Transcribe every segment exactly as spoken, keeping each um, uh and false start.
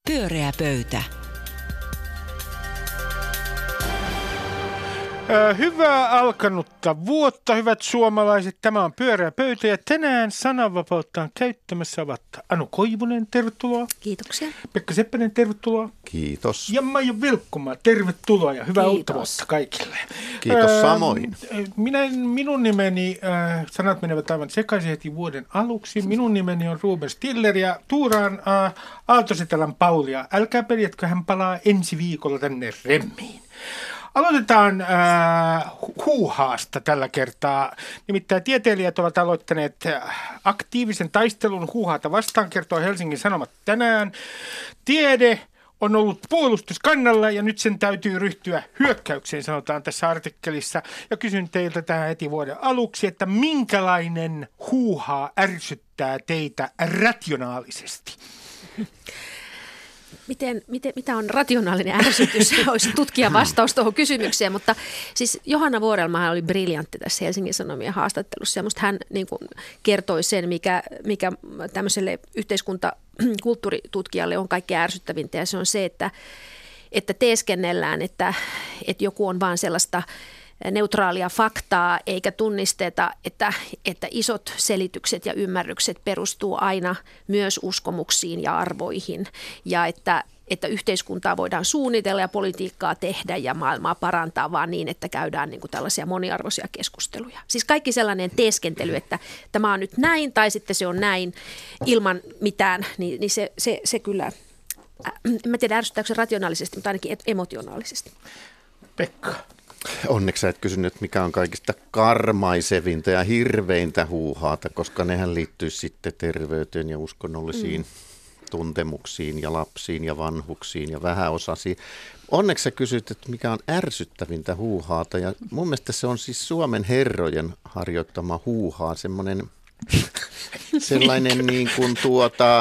Pyöreä pöytä. Hyvää alkanutta vuotta, hyvät suomalaiset. Tämä on Pyöreä pöytä ja tänään sananvapautta on käyttämässä ovat Anu Koivunen, tervetuloa. Kiitoksia. Pekka Seppänen, tervetuloa. Kiitos. Ja Maija Vilkkumaa, tervetuloa ja hyvää uutta vuotta kaikille. Kiitos öö, samoin. Minä, minun nimeni, äh, sanat menevät aivan sekaisin heti vuoden aluksi. Minun nimeni on Ruben Stiller ja tuuraan äh, Aaltosetälän Paulia. Älkää peljätkö, hän palaa ensi viikolla tänne Remmiin. Aloitetaan äh, huuhaasta tällä kertaa. Nimittäin tieteilijät ovat aloittaneet aktiivisen taistelun huuhaata vastaan, kertoo Helsingin Sanomat tänään. Tiede on ollut puolustuskannalla ja nyt sen täytyy ryhtyä hyökkäykseen, sanotaan tässä artikkelissa. Ja kysyn teiltä tähän heti vuoden aluksi, että minkälainen huuhaa ärsyttää teitä rationaalisesti? Miten, miten, mitä on rationaalinen ärsytys? Olisi tutkijan vastaus tuohon kysymykseen, mutta siis Johanna Vuorelmahan oli briljantti tässä Helsingin Sanomien haastattelussa ja musta hän niin kuin kertoi sen, mikä, mikä tämmöiselle yhteiskuntakulttuuritutkijalle on kaikkein ärsyttävintä ja se on se, että, että teeskennellään, että, että joku on vaan sellaista neutraalia faktaa eikä tunnisteta, että, että isot selitykset ja ymmärrykset perustuu aina myös uskomuksiin ja arvoihin ja että, että yhteiskuntaa voidaan suunnitella ja politiikkaa tehdä ja maailmaa parantaa vaan niin, että käydään niin kuin tällaisia moniarvoisia keskusteluja. Siis kaikki sellainen teeskentely, että tämä on nyt näin tai sitten se on näin ilman mitään, niin, niin se, se, se kyllä, en mä tiedä ärsyttääkö se rationaalisesti, mutta ainakin emotionaalisesti. Pekka. Onneksi sä et kysynyt, mikä on kaikista karmaisevinta ja hirveintä huuhaata, koska nehän liittyy sitten terveyteen ja uskonnollisiin mm. tuntemuksiin ja lapsiin ja vanhuksiin ja vähäosaisiin. Onneksi sä kysyt, että mikä on ärsyttävintä huuhaata ja mun mielestä se on siis Suomen herrojen harjoittama huuhaa, semmoinen sellainen niin kuin tuota,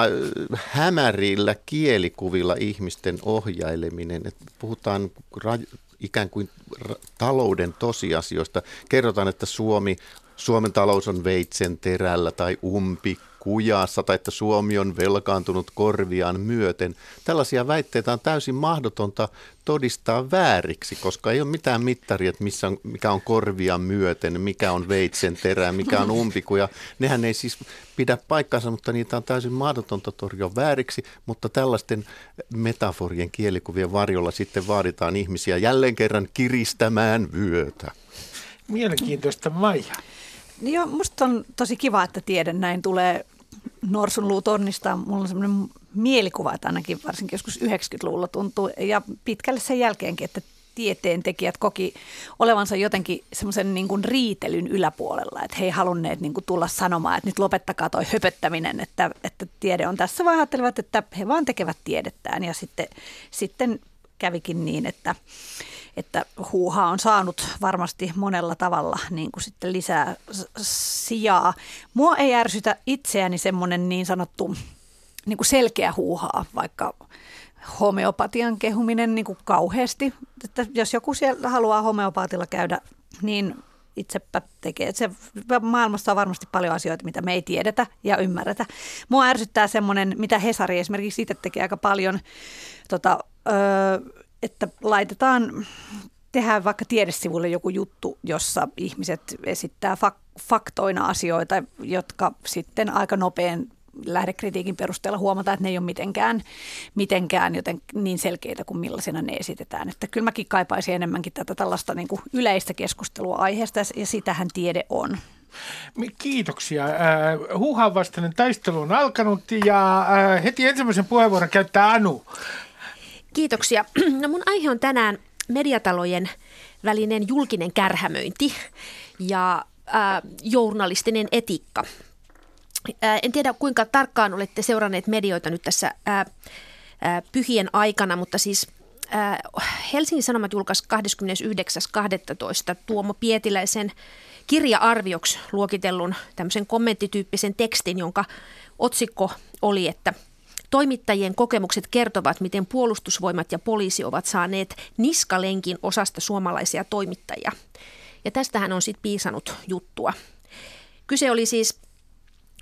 hämärillä kielikuvilla ihmisten ohjaileminen, että puhutaan raj- ikään kuin talouden tosiasioista. Kerrotaan, että Suomi, Suomen talous on veitsen terällä tai umpi kujassa tai että Suomi on velkaantunut korviaan myöten. Tällaisia väitteitä on täysin mahdotonta todistaa vääriksi, koska ei ole mitään mittaria, että missä on, mikä on korviaan myöten, mikä on veitsen terä, mikä on umpikuja. Nehän ei siis pidä paikkaansa, mutta niitä on täysin mahdotonta torjua vääriksi, mutta tällaisten metaforien kielikuvien varjolla sitten vaaditaan ihmisiä jälleen kerran kiristämään vyötä. Mielenkiintoista, Maija. Joo, musta on tosi kiva, että tiede näin tulee norsunluutornista. Mulla on semmoinen mielikuva, että ainakin varsinkin joskus yhdeksänkymmentäluvulla tuntuu ja pitkälle sen jälkeenkin, että tieteentekijät koki olevansa jotenkin semmoisen niin kuin riitelyn yläpuolella, että he ei halunneet niin kuin tulla sanomaan, että nyt lopettakaa toi höpöttäminen, että, että tiede on tässä, vaan ajattelevat, että he vaan tekevät tiedettään ja sitten, sitten kävikin niin, että että huuhaa on saanut varmasti monella tavalla niin kuin sitten lisää sijaa. Mua ei ärsytä itseäni semmoinen niin sanottu niin kuin selkeä huuhaa, vaikka homeopatian kehuminen niin kuin kauheasti. Että jos joku siellä haluaa homeopatilla käydä, niin itsepä tekee. Se, maailmassa on varmasti paljon asioita, mitä me ei tiedetä ja ymmärretä. Mua ärsyttää semmoinen, mitä Hesari esimerkiksi itse tekee aika paljon, tota, öö, että laitetaan, tehdään vaikka tiedesivuille joku juttu, jossa ihmiset esittää fak- faktoina asioita, jotka sitten aika nopean lähdekritiikin perusteella huomataan, että ne ei ole mitenkään, mitenkään joten niin selkeitä kuin millaisena ne esitetään. Että kyllä mäkin kaipaisin enemmänkin tätä tällaista niin kuin yleistä keskustelua aiheesta ja sitähän tiede on. Kiitoksia. Huuhaan vastainen taistelu on alkanut ja heti ensimmäisen puheenvuoron käyttää Anu. Kiitoksia. No mun aihe on tänään mediatalojen välinen julkinen kärhämöinti ja äh, journalistinen etiikka. Äh, en tiedä kuinka tarkkaan olette seuranneet medioita nyt tässä äh, äh, pyhien aikana, mutta siis äh, Helsingin Sanomat julkaisi kahdeskymmenesyhdeksäs kahdestoista Tuomo Pietiläisen kirja-arvioksi luokitellun tämmöisen kommenttityyppisen tekstin, jonka otsikko oli, että toimittajien kokemukset kertovat, miten puolustusvoimat ja poliisi ovat saaneet niskalenkin osasta suomalaisia toimittajia. Ja tästähän on sitten piisannut juttua. Kyse oli siis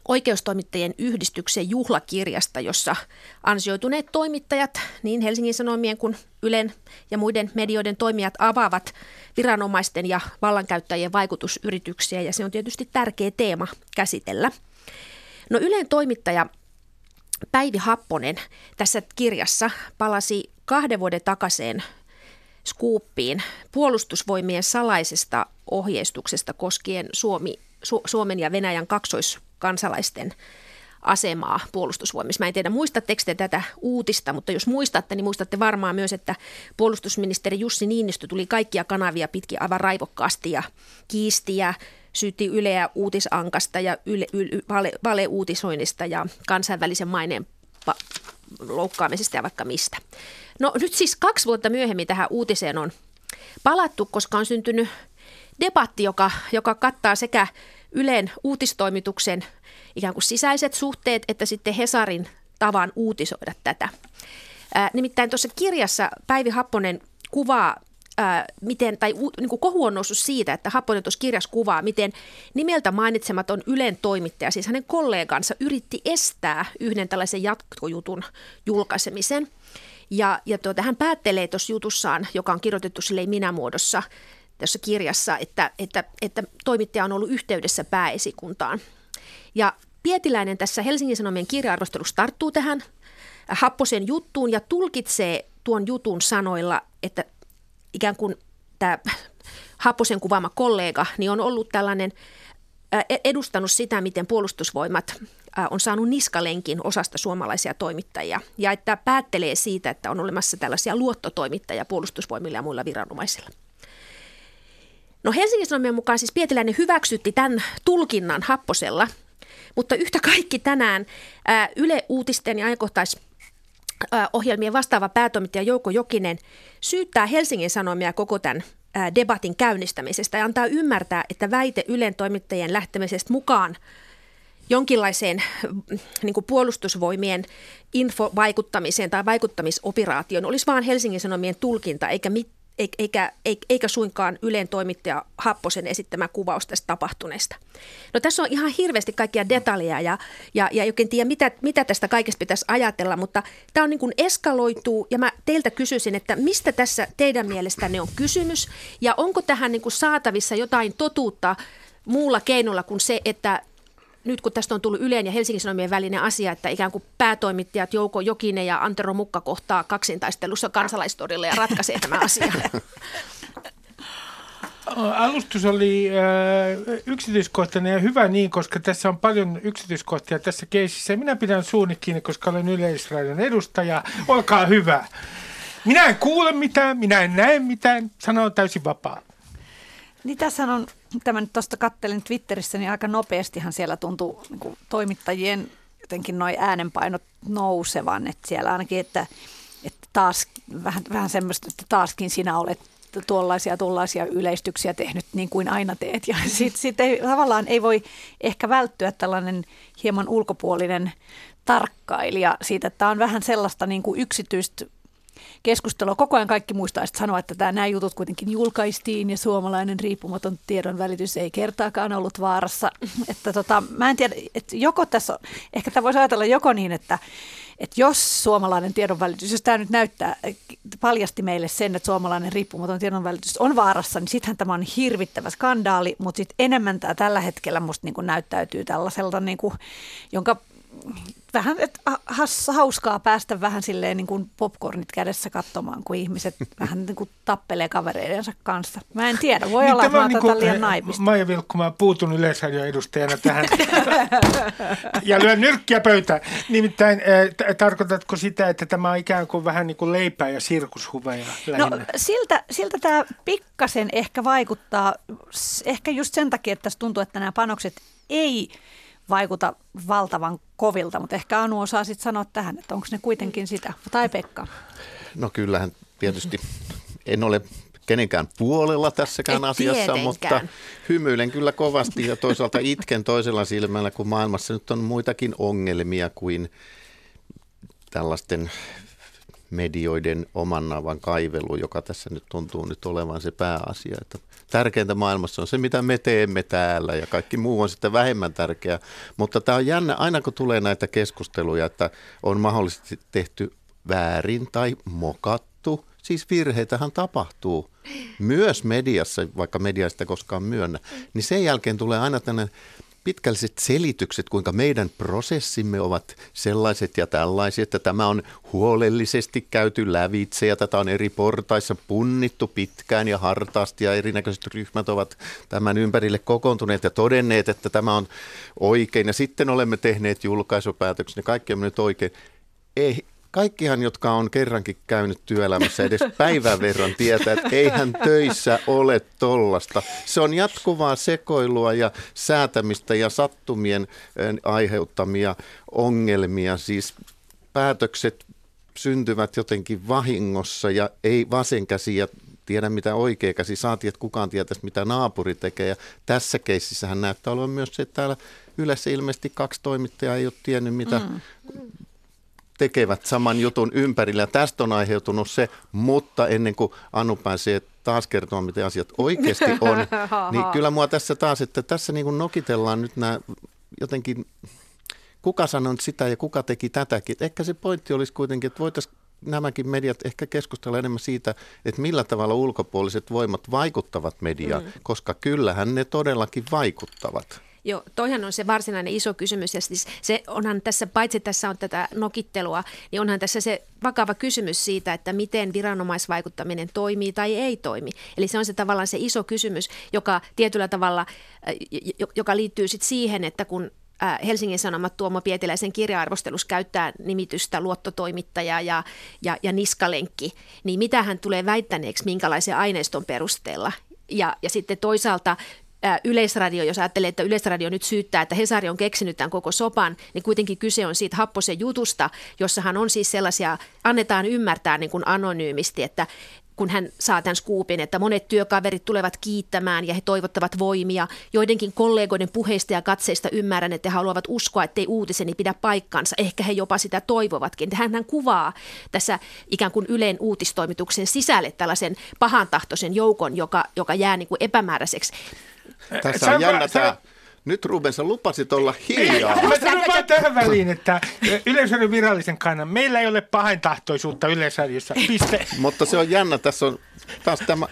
oikeustoimittajien yhdistyksen juhlakirjasta, jossa ansioituneet toimittajat, niin Helsingin Sanomien kuin Ylen ja muiden medioiden toimijat avaavat viranomaisten ja vallankäyttäjien vaikutusyrityksiä, ja se on tietysti tärkeä teema käsitellä. No Ylen toimittaja Päivi Happonen tässä kirjassa palasi kahden vuoden takaiseen skuuppiin puolustusvoimien salaisesta ohjeistuksesta koskien Suomi, Su, Suomen ja Venäjän kaksoiskansalaisten asemaa puolustusvoimissa. Mä en tiedä, muistatteko te tätä uutista, mutta jos muistatte, niin muistatte varmaan myös, että puolustusministeri Jussi Niinistö tuli kaikkia kanavia pitkin aivan raivokkaasti ja kiisti ja syytti Yleä uutisankasta ja yle, yle, vale, valeuutisoinnista ja kansainvälisen maineen pa- loukkaamisesta ja vaikka mistä. No nyt siis kaksi vuotta myöhemmin tähän uutiseen on palattu, koska on syntynyt debatti, joka, joka kattaa sekä Ylen uutistoimituksen ikään kuin sisäiset suhteet, että sitten Hesarin tavan uutisoida tätä. Ää, nimittäin tuossa kirjassa Päivi Happonen kuvaa, ää, miten, tai u, niin kuin kohu on noussut siitä, että Happonen tuossa kirjassa kuvaa, miten nimeltä mainitsematon Ylen toimittaja, siis hänen kollegansa, yritti estää yhden tällaisen jatkojutun julkaisemisen. Ja, ja tuota, hän päättelee tuossa jutussaan, joka on kirjoitettu silleen minä-muodossa tässä kirjassa, että, että, että toimittaja on ollut yhteydessä pääesikuntaan. Ja Pietiläinen tässä Helsingin Sanomien kirja-arvostelussa tarttuu tähän Happosen juttuun ja tulkitsee tuon jutun sanoilla, että ikään kuin tämä Happosen kuvaama kollega niin on ollut tällainen, edustanut sitä, miten puolustusvoimat on saanut niskalenkin osasta suomalaisia toimittajia ja että päättelee siitä, että on olemassa tällaisia luottotoimittajia puolustusvoimilla ja muilla viranomaisilla. No Helsingin Sanomien mukaan siis Pietiläinen hyväksytti tämän tulkinnan Happosella, mutta yhtä kaikki tänään ää, Yle Uutisten ja ajankohtaisohjelmien vastaava päätoimittaja Jouko Jokinen syyttää Helsingin Sanomia koko tämän ää, debatin käynnistämisestä ja antaa ymmärtää, että väite Ylen toimittajien lähtemisestä mukaan jonkinlaiseen niin kuin puolustusvoimien infovaikuttamiseen tai vaikuttamisoperaatioon olisi vaan Helsingin Sanomien tulkinta eikä mitään. Eikä, eikä suinkaan Ylen toimittaja Happosen esittämä kuvaus tästä tapahtuneesta. No tässä on ihan hirveästi kaikkia detaljeja ja, ja, ja jokin tiedä, mitä, mitä tästä kaikesta pitäisi ajatella, mutta tämä on niin kuin eskaloituu ja mä teiltä kysyisin, että mistä tässä teidän mielestänne on kysymys ja onko tähän niin kuin saatavissa jotain totuutta muulla keinolla kuin se, että nyt kun tästä on tullut Ylen ja Helsingin Sanomien välinen asia, että ikään kuin päätoimittajat Jouko Jokinen ja Antero Mukka kohtaa kaksintaistelussa Kansalaistorilla ja ratkaisee tämä asia. Alustus oli äh, yksityiskohtainen ja hyvä niin, koska tässä on paljon yksityiskohtia tässä keisissä. Minä pidän suuni kiinni, koska olen Yleisradion edustaja. Olkaa hyvä. Minä en kuule mitään, minä en näe mitään. Sana on täysin vapaa. Niin tässä on, tämä nyt tuosta kattelin Twitterissä, niin aika nopeastihan siellä tuntuu niin kuin toimittajien jotenkin noi äänenpainot nousevan, että siellä ainakin, että, että taas vähän, vähän semmoista, että taaskin sinä olet tuollaisia tuollaisia yleistyksiä tehnyt niin kuin aina teet. Ja sitten sit ei, tavallaan ei voi ehkä välttyä tällainen hieman ulkopuolinen tarkkailija siitä, että tämä on vähän sellaista niin kuin yksityistä keskustelua. Koko ajan kaikki muistaa sanoa, että tämä, nämä jutut kuitenkin julkaistiin ja suomalainen riippumaton tiedonvälitys ei kertaakaan ollut vaarassa. Että tota, mä en tiedä, että joko tässä on, ehkä tämä voisi ajatella joko niin, että, että jos suomalainen tiedonvälitys, jos tämä nyt näyttää, paljasti meille sen, että suomalainen riippumaton tiedonvälitys on vaarassa, niin sittenhän tämä on hirvittävä skandaali, mutta sitten enemmän tämä tällä hetkellä musta niin kuin näyttäytyy tällaiselta, niin kuin, jonka vähän että hauskaa päästä vähän silleen niin kuin popcornit kädessä katsomaan, kun ihmiset vähän niin kuin tappelee kavereidensa kanssa. Mä en tiedä, voi niin olla, että mä otan niin liian naivista. Maija Vilkku, mä puutun Yleisradion edustajana tähän ja lyön nyrkkiä pöytään. Nimittäin äh, tarkoitatko sitä, että tämä on ikään kuin vähän niin kuin leipää ja sirkushuveja lähinnä? No siltä, siltä tämä pikkasen ehkä vaikuttaa, ehkä just sen takia, että tässä tuntuu, että nämä panokset ei vaikuta valtavan kovilta, mutta ehkä Anu osaa sitten sanoa tähän, että onko ne kuitenkin sitä, tai Pekka? No kyllähän tietysti en ole kenenkään puolella tässäkään Et asiassa, tietenkään. Mutta hymyilen kyllä kovasti ja toisaalta itken toisella silmällä, kun maailmassa nyt on muitakin ongelmia kuin tällaisten medioiden oman navan kaivelu, joka tässä nyt tuntuu nyt olevan se pääasia. Että tärkeintä maailmassa on se, mitä me teemme täällä ja kaikki muu on sitten vähemmän tärkeää. Mutta tämä on jännä, aina kun tulee näitä keskusteluja, että on mahdollisesti tehty väärin tai mokattu. Siis virheitähän tapahtuu myös mediassa, vaikka media sitä koskaan myönnä. Niin sen jälkeen tulee aina tällainen pitkälliset selitykset, kuinka meidän prosessimme ovat sellaiset ja tällaiset, että tämä on huolellisesti käyty lävitse ja tätä on eri portaissa punnittu pitkään ja hartaasti ja erinäköiset ryhmät ovat tämän ympärille kokoontuneet ja todenneet, että tämä on oikein ja sitten olemme tehneet julkaisupäätöksen ja kaikki on nyt oikein. Ei. Kaikkihan, jotka on kerrankin käynyt työelämässä edes päivän verran tietää, että eihän töissä ole tollasta. Se on jatkuvaa sekoilua ja säätämistä ja sattumien aiheuttamia ongelmia. Siis päätökset syntyvät jotenkin vahingossa ja ei vasen käsi ja tiedä mitä oikea käsi, saati, että kukaan tietäisi mitä naapuri tekee. Ja tässä keississähän näyttää olevan myös se, että täällä Ylessä ilmeisesti kaksi toimittajaa ei ole tiennyt mitä mm. tekevät saman jutun ympärillä. Tästä on aiheutunut se, mutta ennen kuin Anu pääsee taas kertomaan, miten asiat oikeasti on, niin kyllä mua tässä taas, että tässä niin kuin nokitellaan nyt nämä jotenkin, kuka sanoi sitä ja kuka teki tätäkin. Ehkä se pointti olisi kuitenkin, että voitaisiin nämäkin mediat ehkä keskustella enemmän siitä, että millä tavalla ulkopuoliset voimat vaikuttavat mediaan, mm. koska kyllähän ne todellakin vaikuttavat. Joo, toihan on se varsinainen iso kysymys ja siis se onhan tässä, paitsi tässä on tätä nokittelua, niin onhan tässä se vakava kysymys siitä, että miten viranomaisvaikuttaminen toimii tai ei toimi. Eli se on se tavallaan se iso kysymys, joka tietyllä tavalla, joka liittyy sitten siihen, että kun Helsingin Sanomat Tuomo Pietiläisen kirja-arvostelussa käyttää nimitystä luottotoimittaja ja, ja, ja niskalenkki, niin mitä hän tulee väittäneeksi, minkälaisen aineiston perusteella. Ja, ja sitten toisaalta Yleisradio, jos ajattelee, että Yleisradio nyt syyttää, että Hesari on keksinyt tämän koko sopan, niin kuitenkin kyse on siitä Happosen jutusta, jossahan on siis sellaisia, annetaan ymmärtää niin kuin anonyymisti, että kun hän saa tämän skuupin, että monet työkaverit tulevat kiittämään ja he toivottavat voimia. Joidenkin kollegoiden puheista ja katseista ymmärrän, että he haluavat uskoa, ettei uutiseni pidä paikkansa. Ehkä he jopa sitä toivovatkin. Hän kuvaa tässä ikään kuin Ylen uutistoimituksen sisälle tällaisen pahantahtoisen joukon, joka, joka jää niin kuin epämääräiseksi. Tässä on jännä tämä. Nyt Ruben, sä lupasit olla hiljaa. Mä sanon vaan tähän väliin, että Yleisradion virallisen kannan. Meillä ei ole pahantahtoisuutta Yleisradiossa. Piste. Mutta se on jännä. Tässä on taas tämä.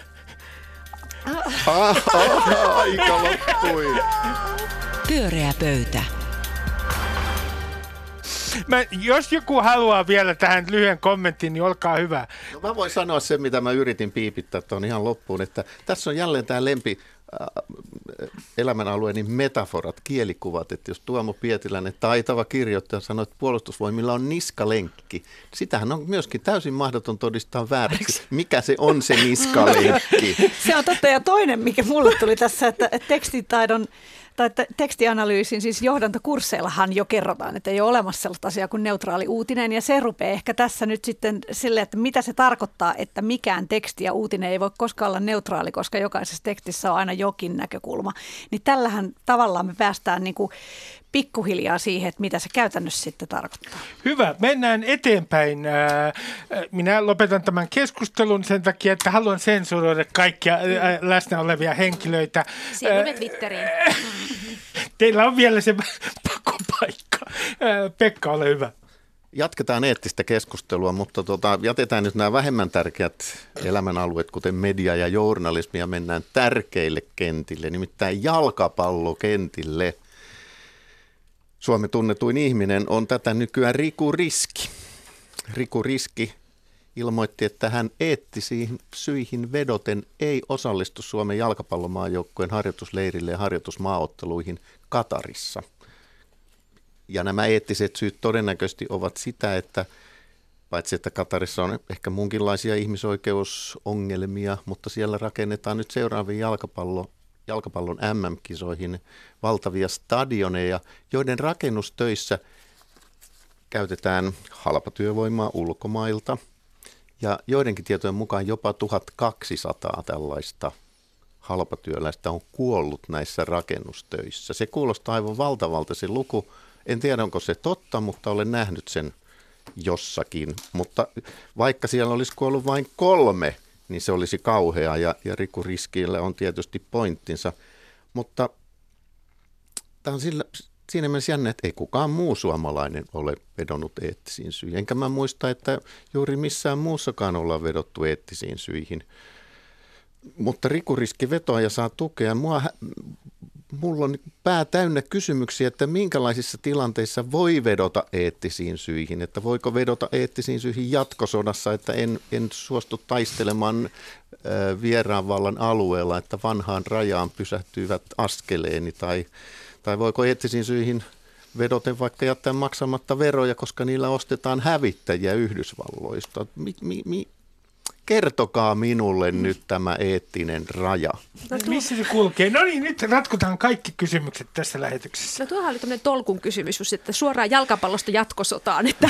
Ah, ah, aika loppui. Pyöreä pöytä. Mä, jos joku haluaa vielä tähän lyhyen kommentin, niin olkaa hyvä. No mä voin sanoa sen, mitä mä yritin piipittää tuon ihan loppuun, että tässä on jälleen tämä lempi elämänalueeni metaforat, kielikuvat, että jos Tuomo Pietiläinen, taitava kirjoittaja, sanoo, että puolustusvoimilla on niskalenkki, sitähän on myöskin täysin mahdoton todistaa vääräksi. Mikä se on se niskalenkki? Se on totta, ja toinen, mikä mulle tuli tässä, että tekstitaidon tai tekstianalyysin, siis johdantokursseillahan jo kerrotaan, että ei ole olemassa sellaista asiaa kuin neutraali uutinen, ja se rupeaa ehkä tässä nyt sitten sille, että mitä se tarkoittaa, että mikään teksti ja uutinen ei voi koskaan olla neutraali, koska jokaisessa tekstissä on aina jokin näkökulma. Niin tällähän tavallaan me päästään niin kuin pikkuhiljaa siihen, että mitä se käytännössä sitten tarkoittaa. Hyvä, mennään eteenpäin. Minä lopetan tämän keskustelun sen takia, että haluan sensuroida kaikkia läsnä olevia henkilöitä. Siirrymme Twitteriin. Teillä on vielä se pakopaikka. Pekka, ole hyvä. Jatketaan eettistä keskustelua, mutta tota, jätetään nyt nämä vähemmän tärkeät elämänalueet, kuten media ja journalismi, ja mennään tärkeille kentille, nimittäin jalkapallokentille. Suomen tunnetuin ihminen on tätä nykyään Riku Riski. Riku Riski ilmoitti, että hän eettisiin syihin vedoten ei osallistu Suomen jalkapallomaajoukkueen harjoitusleirille ja harjoitusmaaotteluihin Katarissa. Ja nämä eettiset syyt todennäköisesti ovat sitä, että paitsi että Katarissa on ehkä muunkinlaisia ihmisoikeusongelmia, mutta siellä rakennetaan nyt seuraaviin jalkapallo, jalkapallon M M-kisoihin valtavia stadioneja, joiden rakennustöissä käytetään halpatyövoimaa ulkomailta. Ja joidenkin tietojen mukaan jopa tuhatkaksisataa tällaista halpatyöläistä on kuollut näissä rakennustöissä. Se kuulostaa aivan valtavalta se luku. En tiedä, onko se totta, mutta olen nähnyt sen jossakin. Mutta vaikka siellä olisi kuollut vain kolme, niin se olisi kauhea ja, ja Riku Riskillä on tietysti pointtinsa. Mutta tämä on sillä, siinä mielessä jännä, että ei kukaan muu suomalainen ole vedonnut eettisiin syihin. Enkä mä muista, että juuri missään muussakaan ollaan vedottu eettisiin syihin. Mutta Riku Riski vetoaa ja saa tukea. Mua, mulla on pää täynnä kysymyksiä, että minkälaisissa tilanteissa voi vedota eettisiin syihin. Että voiko vedota eettisiin syihin jatkosodassa, että en, en suostu taistelemaan äh, vieraan vallan alueella, että vanhaan rajaan pysähtyivät askeleeni. Tai, tai voiko eettisiin syihin vedoten vaikka jättää maksamatta veroja, koska niillä ostetaan hävittäjiä Yhdysvalloista. Mi, mi, mi, Kertokaa minulle nyt tämä eettinen raja. No tuo... Missä se kulkee? No niin, nyt ratkotaan kaikki kysymykset tässä lähetyksessä. No tuohan oli tämmöinen tolkun kysymys, että suoraan jalkapallosta jatkosotaan. Että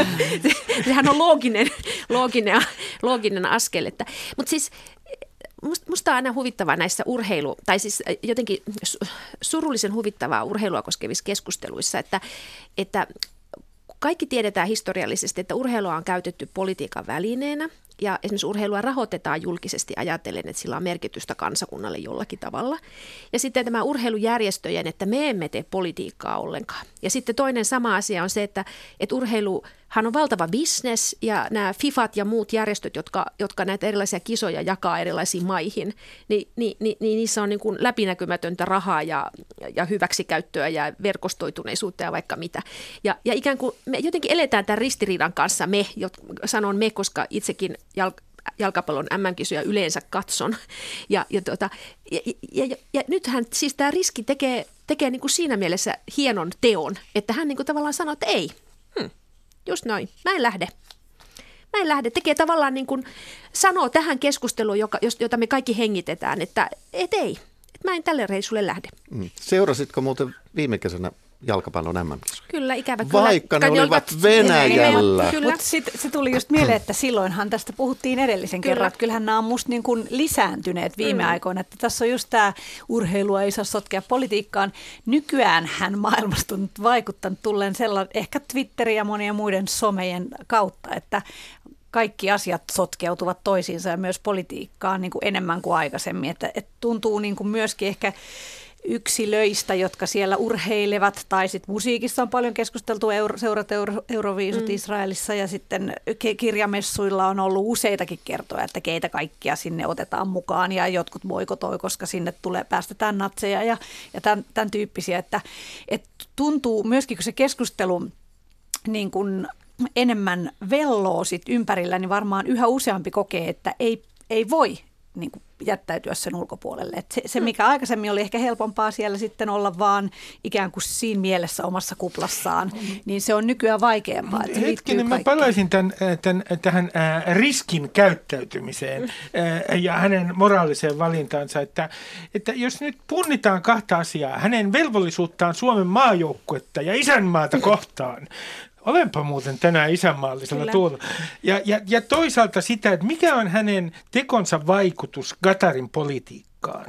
sehän on looginen, looginen, looginen askel. Mutta siis musta on aina huvittavaa näissä urheilu, tai siis jotenkin surullisen huvittavaa urheilua koskevissa keskusteluissa, että, että kaikki tiedetään historiallisesti, että urheilua on käytetty politiikan välineenä. Ja esimerkiksi urheilua rahoitetaan julkisesti ajatellen, että sillä on merkitystä kansakunnalle jollakin tavalla. Ja sitten tämä urheilujärjestöjen, että me emme tee politiikkaa ollenkaan. Ja sitten toinen sama asia on se, että, että urheiluhan on valtava business ja nämä FIFAt ja muut järjestöt, jotka, jotka näitä erilaisia kisoja jakaa erilaisiin maihin, niin, niin, niin, niin niissä on niin kuin läpinäkymätöntä rahaa ja, ja hyväksikäyttöä ja verkostoituneisuutta ja vaikka mitä. Ja, ja ikään kuin me jotenkin eletään tämän ristiriidan kanssa me, sanon me, koska itsekin jalkapallon äm äm-kisoja yleensä katson. Ja, ja, tuota, ja, ja, ja, ja nythän siis tämä Riski tekee, tekee niin kuin siinä mielessä hienon teon, että hän niin kuin tavallaan sanoo, että ei, hmm, just noin, mä en lähde. Mä en lähde. Tekee tavallaan niin kuin, sanoo tähän keskusteluun, joka, jota me kaikki hengitetään, että et ei, että mä en tälle reissulle lähde. Seurasitko muuten viime kesänä jalkapallon äm äm-kisoja? Kyllä, ikävä kyllä. Vaikka ne olivat, olivat Venäjällä. Mutta se tuli just mieleen, että silloinhan tästä puhuttiin edellisen kyllä. kerran, että kyllähän nämä on musta niin kuin lisääntyneet viime mm. aikoina, että tässä on just tämä urheilua ei saa sotkea politiikkaan. Nykyään hän maailmasta on vaikuttanut tulleen sellainen, ehkä Twitterin ja monien muiden somejen kautta, että kaikki asiat sotkeutuvat toisiinsa ja myös politiikkaan niin kuin enemmän kuin aikaisemmin, että, että tuntuu niin kuin myöskin ehkä yksilöistä, jotka siellä urheilevat, tai sitten musiikissa on paljon keskusteltu, euro, seurat euro, Euroviisut mm. Israelissa, ja sitten kirjamessuilla on ollut useitakin kertoja, että keitä kaikkia sinne otetaan mukaan, ja jotkut boikotoi, koska sinne tulee, päästetään natseja ja, ja tämän, tämän tyyppisiä, että, että tuntuu myöskin, kun se keskustelu niin kun enemmän velloo sit ympärillä, niin varmaan yhä useampi kokee, että ei, ei voi niin kuin jättäytyä sen ulkopuolelle. Et se, se, mikä aikaisemmin oli ehkä helpompaa siellä sitten olla vaan ikään kuin siinä mielessä omassa kuplassaan, niin se on nykyään vaikeampaa. Hetkinen, mä palaisin tämän, tämän, tähän äh, riskin käyttäytymiseen äh, ja hänen moraaliseen valintaansa, että, että jos nyt punnitaan kahta asiaa, hänen velvollisuuttaan Suomen maajoukkuetta ja isänmaata kohtaan, olenpa muuten tänään isänmaallisella tuolla. Ja, ja, ja toisaalta sitä, että mikä on hänen tekonsa vaikutus Qatarin politiikkaan.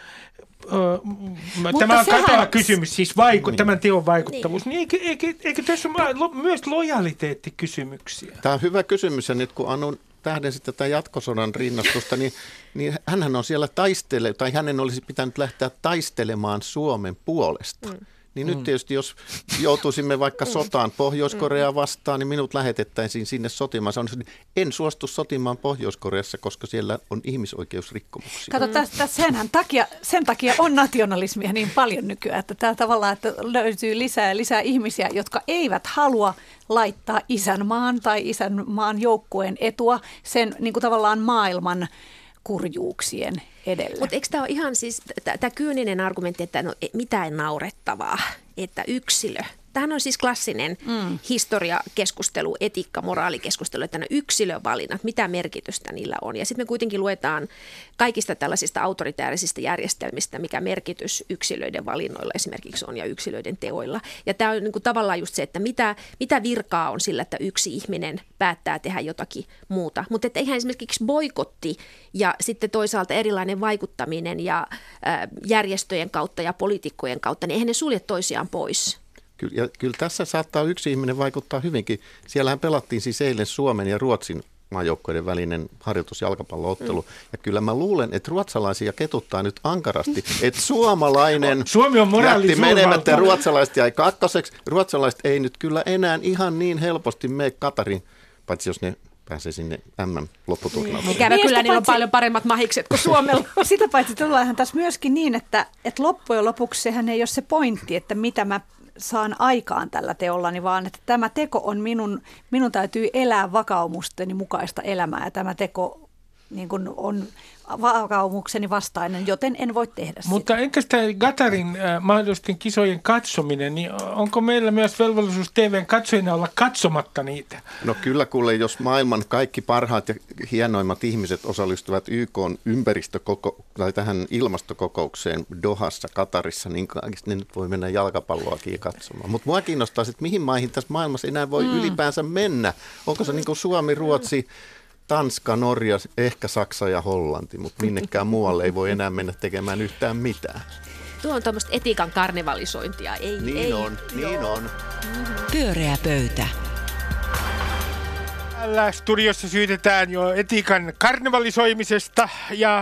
Öö, tämä on katala kysymys, siis vaiku- niin. tämän teon vaikuttavuus. Niin. Niin eikö, eikö, eikö tässä ole lo, myös lojaliteettikysymyksiä? Tämä on hyvä kysymys, ja nyt kun Anu tähdensi tätä jatkosodan rinnastusta, niin, niin hänhän on siellä taistele, tai hänen olisi pitänyt lähteä taistelemaan Suomen puolesta. Mm. Niin nyt tietysti, jos joutuisimme vaikka sotaan Pohjois-Koreaa vastaan, niin minut lähetettäisiin sinne sotimaan. En suostu sotimaan Pohjois-Koreassa, koska siellä on ihmisoikeusrikkomuksia. Kato, tästä, senhän takia, sen takia on nationalismia niin paljon nykyään, että tämä tavallaan, että löytyy lisää ja lisää ihmisiä, jotka eivät halua laittaa isänmaan tai isänmaan joukkueen etua sen niin kuin tavallaan maailman kurjuuksien edellä. Mutta eikö tämä ole ihan siis, tämä kyyninen argumentti, että no, mitään naurettavaa, että yksilö. Tämähän on siis klassinen mm. historiakeskustelu, etiikka, moraalikeskustelu, että nämä yksilövalinnat, mitä merkitystä niillä on. Ja sitten me kuitenkin luetaan kaikista tällaisista autoritäärisistä järjestelmistä, mikä merkitys yksilöiden valinnoilla esimerkiksi on ja yksilöiden teoilla. Ja tämä on niin kuin tavallaan just se, että mitä, mitä virkaa on sillä, että yksi ihminen päättää tehdä jotakin muuta. Mutta eihän esimerkiksi boikotti ja sitten toisaalta erilainen vaikuttaminen ja äh, järjestöjen kautta ja poliitikkojen kautta, niin eihän ne sulje toisiaan pois. Kyllä, ja kyllä tässä saattaa yksi ihminen vaikuttaa hyvinkin. Siellähän pelattiin siis eilen Suomen ja Ruotsin maajoukkoiden välinen harjoitusjalkapalloottelu. Mm. Ja kyllä mä luulen, että ruotsalaisia ketuttaa nyt ankarasti, että suomalainen Suomi on jätti menemättä ja ruotsalaiset jäi kakkoseksi. Ruotsalaiset ei nyt kyllä enää ihan niin helposti mene Katarin, paitsi jos ne pääsee sinne M M-lopputurnaukseen. Ikävä kyllä, niillä on paljon paremmat mahikset kuin Suomella. Sitä paitsi tuleehan tässä myöskin niin, että, että loppujen lopuksi sehän ei ole se pointti, että mitä mä saan aikaan tällä teollani, vaan että tämä teko on minun, minun täytyy elää vakaumusteni mukaista elämää ja tämä teko niin kuin on vakaumukseni vastainen, joten en voi tehdä sitä. Mutta enkä sitä Katarin äh, mahdollisten kisojen katsominen, niin onko meillä myös velvollisuus T V:n katsojina olla katsomatta niitä? No kyllä kuule, jos maailman kaikki parhaat ja hienoimmat ihmiset osallistuvat Y K:n ympäristökoko- tai tähän ilmastokokoukseen Dohassa, Katarissa, niin kaikista ne nyt voi mennä jalkapalloakin katsomaan. Mutta mua kiinnostaa, että mihin maihin tässä maailmassa enää voi mm. ylipäänsä mennä. Onko se niin kuin Suomi, Ruotsi, Tanska, Norja, ehkä Saksa ja Hollanti, mutta minnekään muualle ei voi enää mennä tekemään yhtään mitään. Tuo on tuommoista etiikan karnevalisointia. Ei, niin ei. on, niin on. Pyöreä pöytä. Täällä studiossa syytetään jo etiikan karnevalisoimisesta ja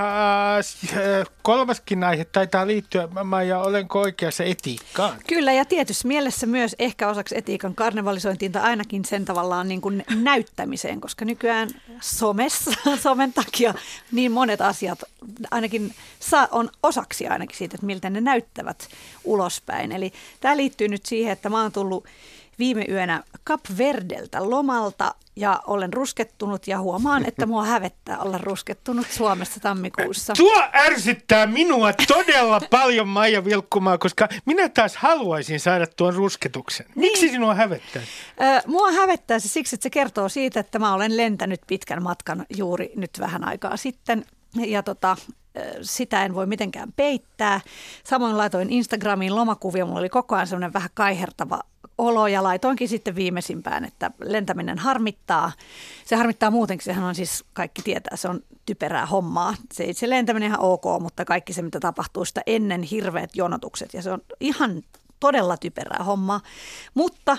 äh, kolmaskin aihe taitaa liittyä, Maija, olenko oikeassa etiikkaan? Kyllä, ja tietysti mielessä myös ehkä osaksi etiikan karnevalisointiin tai ainakin sen tavallaan niin kuin näyttämiseen, koska nykyään somessa, somen takia niin monet asiat ainakin saa, on osaksi ainakin siitä, että miltä ne näyttävät ulospäin. Eli tämä liittyy nyt siihen, että mä oon tullut viime yönä Kap Verdeltä lomalta ja olen ruskettunut ja huomaan, että mua hävettää olla ruskettunut Suomessa tammikuussa. Tuo ärsyttää minua todella paljon, Maija Vilkkumaa, koska minä taas haluaisin saada tuon rusketuksen. Miksi niin. sinua hävettää? Ö, mua hävettää se siksi, että se kertoo siitä, että mä olen lentänyt pitkän matkan juuri nyt vähän aikaa sitten ja tota... Sitä en voi mitenkään peittää. Samoin laitoin Instagramiin lomakuvia. Mulla oli koko ajan semmoinen vähän kaihertava olo ja laitoinkin sitten viimeisimpään, että lentäminen harmittaa. Se harmittaa muutenkin. Sehän on siis, kaikki tietää, se on typerää hommaa. Se itse lentäminen ihan ok, mutta kaikki se, mitä tapahtuu sitä ennen, hirveät jonotukset. Ja se on ihan todella typerää hommaa. Mutta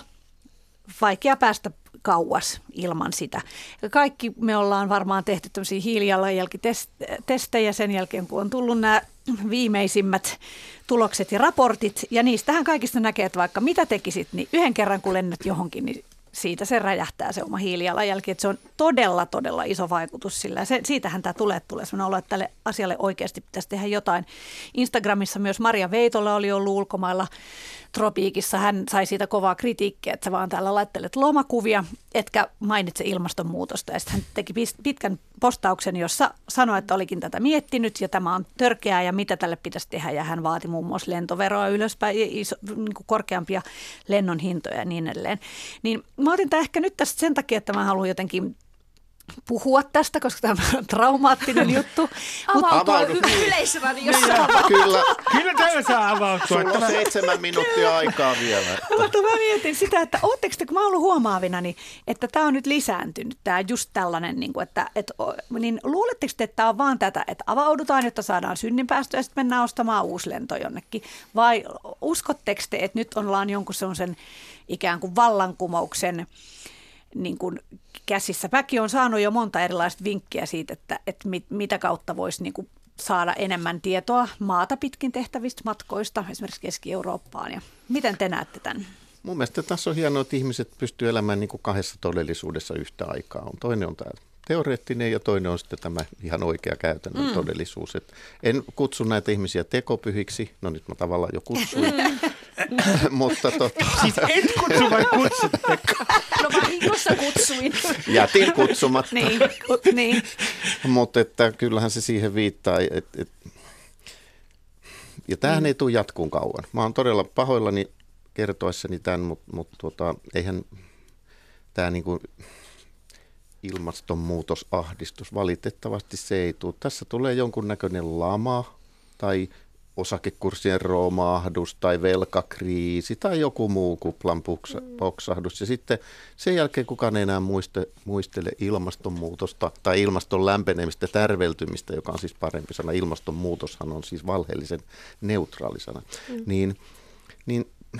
vaikea päästä kauas ilman sitä. Kaikki me ollaan varmaan tehty tämmöisiä hiilijalanjälkitestejä sen jälkeen, kun on tullut nämä viimeisimmät tulokset ja raportit. Ja niistähän kaikista näkee, että vaikka mitä tekisit, niin yhden kerran kun lennät johonkin, niin siitä se räjähtää se oma hiilijalanjälki. Että se on todella, todella iso vaikutus sillä. Se, siitähän tämä tulee, että tulee sellainen olo, että tälle asialle oikeasti pitäisi tehdä jotain. Instagramissa myös Maria Veitola oli ollut ulkomailla tropiikissa. Hän sai siitä kovaa kritiikkiä, että sä vaan täällä laittelet lomakuvia, etkä mainitse ilmastonmuutosta. Ja sitten hän teki pitkän postauksen, jossa sanoi, että olikin tätä miettinyt ja tämä on törkeää ja mitä tälle pitäisi tehdä. Ja hän vaati muun muassa lentoveroa ylöspäin, iso, niin kuin korkeampia lennon hintoja ja niin edelleen. Niin mä otin tämä ehkä nyt tästä sen takia, että mä haluan jotenkin puhua tästä, koska tämä on traumaattinen juttu. Avautua y- yleisradiossa. Niin, kyllä. Kyllä täällä saa avautua. Sulla on seitsemän minuuttia aikaa vielä. Mutta mä mietin sitä, että ootteko te, kun mä oon ollut huomaavinani, että tämä on nyt lisääntynyt, tämä just tällainen, niin, kuin, että, että, niin luuletteko te, että tämä on vaan tätä, että avaudutaan, jotta saadaan synninpäästöä ja sitten mennään ostamaan uusi lento jonnekin? Vai uskotteko te, että nyt ollaan jonkun sellaisen ikään kuin vallankumouksen niin kuin käsissä? Mäkin on saanut jo monta erilaista vinkkiä siitä, että, että mit, mitä kautta voisi niin kuin saada enemmän tietoa maata pitkin tehtävistä matkoista, esimerkiksi Keski-Eurooppaan. Ja miten te näette tämän? Mun mielestä tässä on hienoa, että ihmiset pystyy elämään niin kuin kahdessa todellisuudessa yhtä aikaa. Toinen on tämä teoreettinen ja toinen on sitten tämä ihan oikea käytännön mm. todellisuus. Et en kutsu näitä ihmisiä tekopyhiksi, no nyt mä tavallaan jo kutsuin. Mutta tota... Siis et kutsu vai kutsutte? No vahingossa kutsuin. Jätin kutsumatta. niin, niin. Mutta että kyllähän se siihen viittaa. Et, et... Ja tämähän mm. ei tule jatkuun kauan. Mä oon todella pahoillani kertoessani tämän, mutta mut, tota, eihän tämä niinku ilmastonmuutosahdistus, valitettavasti se ei tule. Tässä tulee jonkunnäköinen lama tai osakekurssien romaahdus tai velkakriisi tai joku muu kuplan poksahdus. Ja sitten sen jälkeen kukaan ei enää muiste, muistele ilmastonmuutosta tai ilmaston lämpenemistä, tärveltymistä, joka on siis parempi sana. Ilmastonmuutoshan on siis valheellisen neutraali sana. Mm. Niin, niin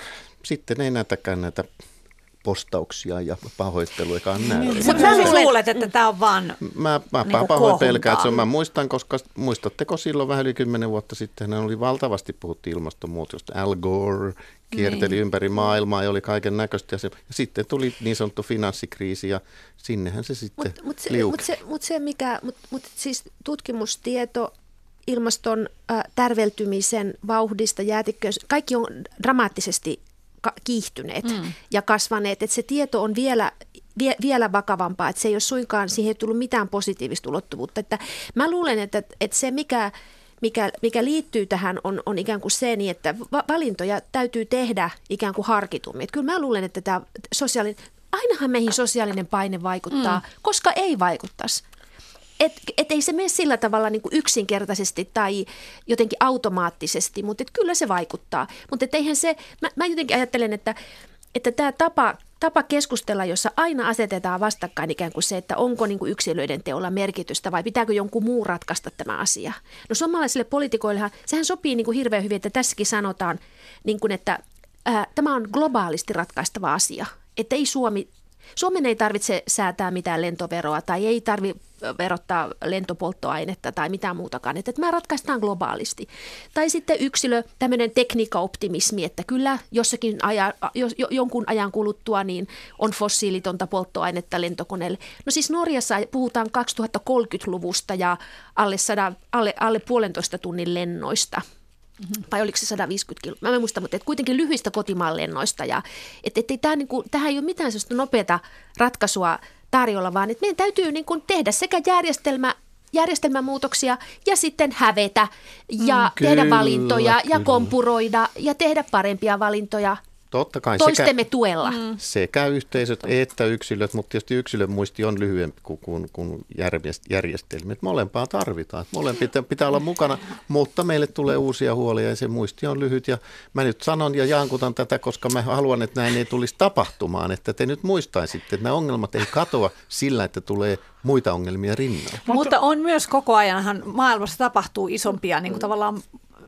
sitten ei näitäkään näitä postauksia ja pahoitteluikaan näy. Mutta sä siis luulet, että tämä on vaan Mä, mä niin pahoin pelkään, että se on, mä muistan, koska muistatteko silloin vähän yli kymmenen vuotta sitten, hän oli valtavasti puhuttiin ilmastonmuutosta. Al Gore kierteli niin ympäri maailmaa ja oli kaiken näköistä. Ja, se, ja sitten tuli niin sanottu finanssikriisi ja sinnehän se sitten Mutta mut se, liuki. mut se, mut se mikä, mut, mut siis tutkimustieto ilmaston äh, tärveltymisen vauhdista, jäätikköön, kaikki on dramaattisesti kiihtyneet mm. ja kasvaneet, että se tieto on vielä, vie, vielä vakavampaa, että se ei ole suinkaan, siihen ei tullut mitään positiivista ulottuvuutta. Että mä luulen, että, että se mikä, mikä, mikä liittyy tähän on, on ikään kuin se, niin että valintoja täytyy tehdä ikään kuin harkitummin. Että kyllä mä luulen, että tämä sosiaalinen, ainahan meihin sosiaalinen paine vaikuttaa, mm. koska ei vaikuttaisi. Että et ei se mene sillä tavalla niin kuin yksinkertaisesti tai jotenkin automaattisesti, mutta et kyllä se vaikuttaa. Mutta eihän se, mä, mä jotenkin ajattelen, että että tämä tapa, tapa keskustella, jossa aina asetetaan vastakkain ikään kuin se, että onko niin kuin yksilöiden teolla merkitystä vai pitääkö jonkun muu ratkaista tämä asia. No suomalaisille poliitikoillehan, sehän sopii niin kuin hirveän hyvin, että tässäkin sanotaan, niin kuin, että ää, tämä on globaalisti ratkaistava asia, että ei Suomi... Suomen ei tarvitse säätää mitään lentoveroa tai ei tarvitse verottaa lentopolttoainetta tai mitään muutakaan, että mä ratkaistaan globaalisti. Tai sitten yksilö, tämmöinen tekniikkaoptimismi, että kyllä jossakin ajan, jos, jonkun ajan kuluttua niin on fossiilitonta polttoainetta lentokoneelle. No siis Norjassa puhutaan kaksituhattakolmekymmentäluvusta ja alle, sadan, alle, alle puolentoista tunnin lennoista. Mm-hmm. Tai oliko se sata viisikymmentä kilometriä? Mä en muista, mutta et kuitenkin lyhyistä kotimaan lennoista. Ja, et, et, tää, niinku, tähän ei ole mitään sellaista nopeata ratkaisua tarjolla, vaan että meidän täytyy niinku tehdä sekä järjestelmä, järjestelmämuutoksia ja sitten hävetä ja mm, tehdä kyllä, valintoja kyllä. ja kompuroida ja tehdä parempia valintoja. Totta kai toistemme sekä, tuella. Sekä yhteisöt että yksilöt, mutta tietysti yksilön muisti on lyhyempi kuin, kuin, kuin järjestelmät. Molempaa tarvitaan. Molempia pitää olla mukana, mutta meille tulee uusia huolia ja se muisti on lyhyt. Ja mä nyt sanon ja jaankutan tätä, koska mä haluan, että näin ei tulisi tapahtumaan. Että te nyt muistaisitte, että nämä ongelmat ei katoa sillä, että tulee muita ongelmia rinnalla. Mutta on myös koko ajanhan maailmassa tapahtuu isompia niin kuin tavallaan.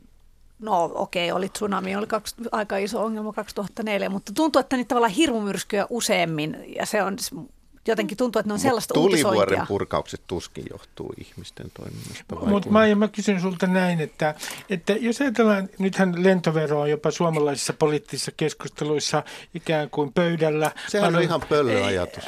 No okei, oli tsunami, oli kaksi, aika iso ongelma kaksituhattaneljä, mutta tuntuu, että niitä tavallaan hirmumyrskyjä useammin ja se on jotenkin tuntuu, että ne on sellaista Mut uutisointia. Tulivuoren purkaukset tuskin johtuu ihmisten toiminnasta. Mutta Maija, mä kysyn sulta näin, että, että jos ajatellaan, nythän lentovero on jopa suomalaisissa poliittisissa keskusteluissa ikään kuin pöydällä. Sehän on ihan pöllö ajatus.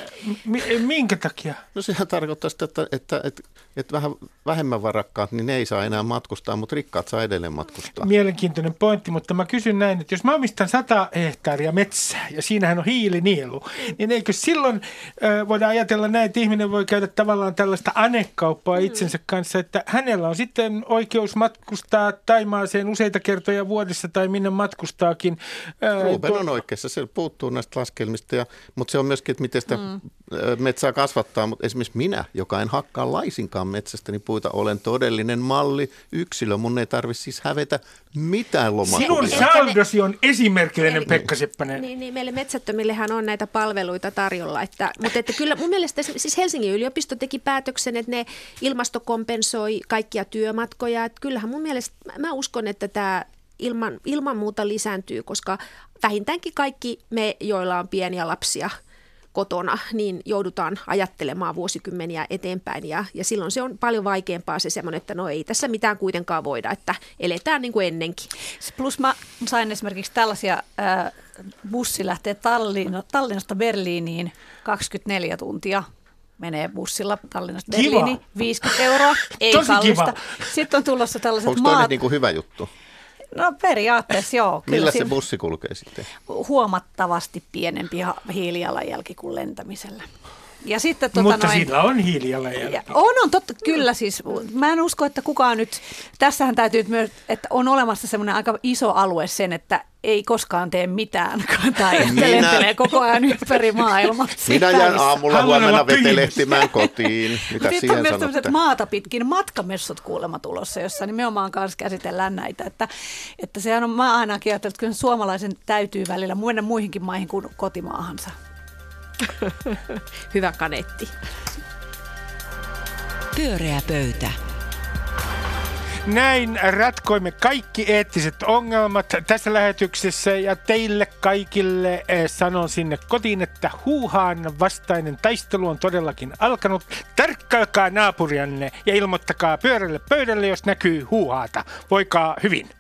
Minkä takia? No sehän tarkoittaa sitä, että, että, että, että vähän vähemmän varakkaat, niin ne ei saa enää matkustaa, mutta rikkaat saa edelleen matkustaa. Mielenkiintoinen pointti, mutta mä kysyn näin, että jos mä omistan sata hehtaaria metsää ja siinähän on hiilinielu, niin eikö silloin äh, voidaan ajatella näin, että ihminen voi käydä tavallaan tällaista anekauppaa itsensä kanssa, että hänellä on sitten oikeus matkustaa Taimaaseen useita kertoja vuodessa tai minne matkustaakin. Ruben on oikeassa, se puuttuu näistä laskelmista, ja, mutta se on myöskin, että miten sitä mm. metsää kasvattaa, mutta esimerkiksi minä, joka en hakkaa laisinkaan metsästä, niin puita olen todellinen malli, yksilö, mun ei tarvitse siis hävetä mitään lomakuvia. Sinun saldosi on esimerkillinen, Pekka Seppänen. Niin, niin, meille metsättömillehän on näitä palveluita tarjolla, että, mutta että kyllä mun mielestä siis Helsingin yliopisto teki päätöksen, että ne ilmastokompensoi kaikkia työmatkoja. Että kyllähän mun mielestä, mä uskon, että tämä ilman, ilman muuta lisääntyy, koska vähintäänkin kaikki me, joilla on pieniä lapsia kotona, niin joudutaan ajattelemaan vuosikymmeniä eteenpäin ja, ja silloin se on paljon vaikeampaa se semmoinen, että no ei tässä mitään kuitenkaan voida, että eletään niin kuin ennenkin. Plus mä sain esimerkiksi tällaisia, äh, bussi lähtee Tallinno, Tallinnasta Berliiniin kaksikymmentäneljä tuntia. Menee bussilla Tallinnasta Berliiniin, viisikymmentä euroa, ei Tosi kallista. Kiva. Sitten on tulossa tällaiset Onko maat. toinen niin kuin hyvä juttu? No periaatteessa joo. Millä kyllä se bussi kulkee sitten? Huomattavasti pienempi hiilijalanjälki kuin lentämisellä. Ja sitten, tuota Mutta noin, sillä on hiilijalanjälki. On, on totta, kyllä siis. Mä en usko, että kukaan nyt, tässähän täytyy myös, että on olemassa semmoinen aika iso alue sen, että ei koskaan tee mitään, tai että lentelee koko ajan ympäri maailmaa. Minä jään aamulla Haluan huomenna olla pyhimys. vetelehtimään kotiin. Mitä Sitten siihen on myös sanotte? tämmöiset maata pitkin matkamessut kuulemma tulossa, jossa nimenomaan kanssa käsitellään näitä. Että, että sehän on, mä ainakin ajatellut, että kyllä suomalaisen täytyy välillä mennä muihinkin maihin kuin kotimaahansa. Hyvä kaneetti. Pyöreä pöytä. Näin ratkoimme kaikki eettiset ongelmat tässä lähetyksessä ja teille kaikille sanon sinne kotiin, että huuhaan vastainen taistelu on todellakin alkanut. Tarkkailkaa naapurianne ja ilmoittakaa pyörälle pöydälle, jos näkyy huuhaata. Voikaa hyvin.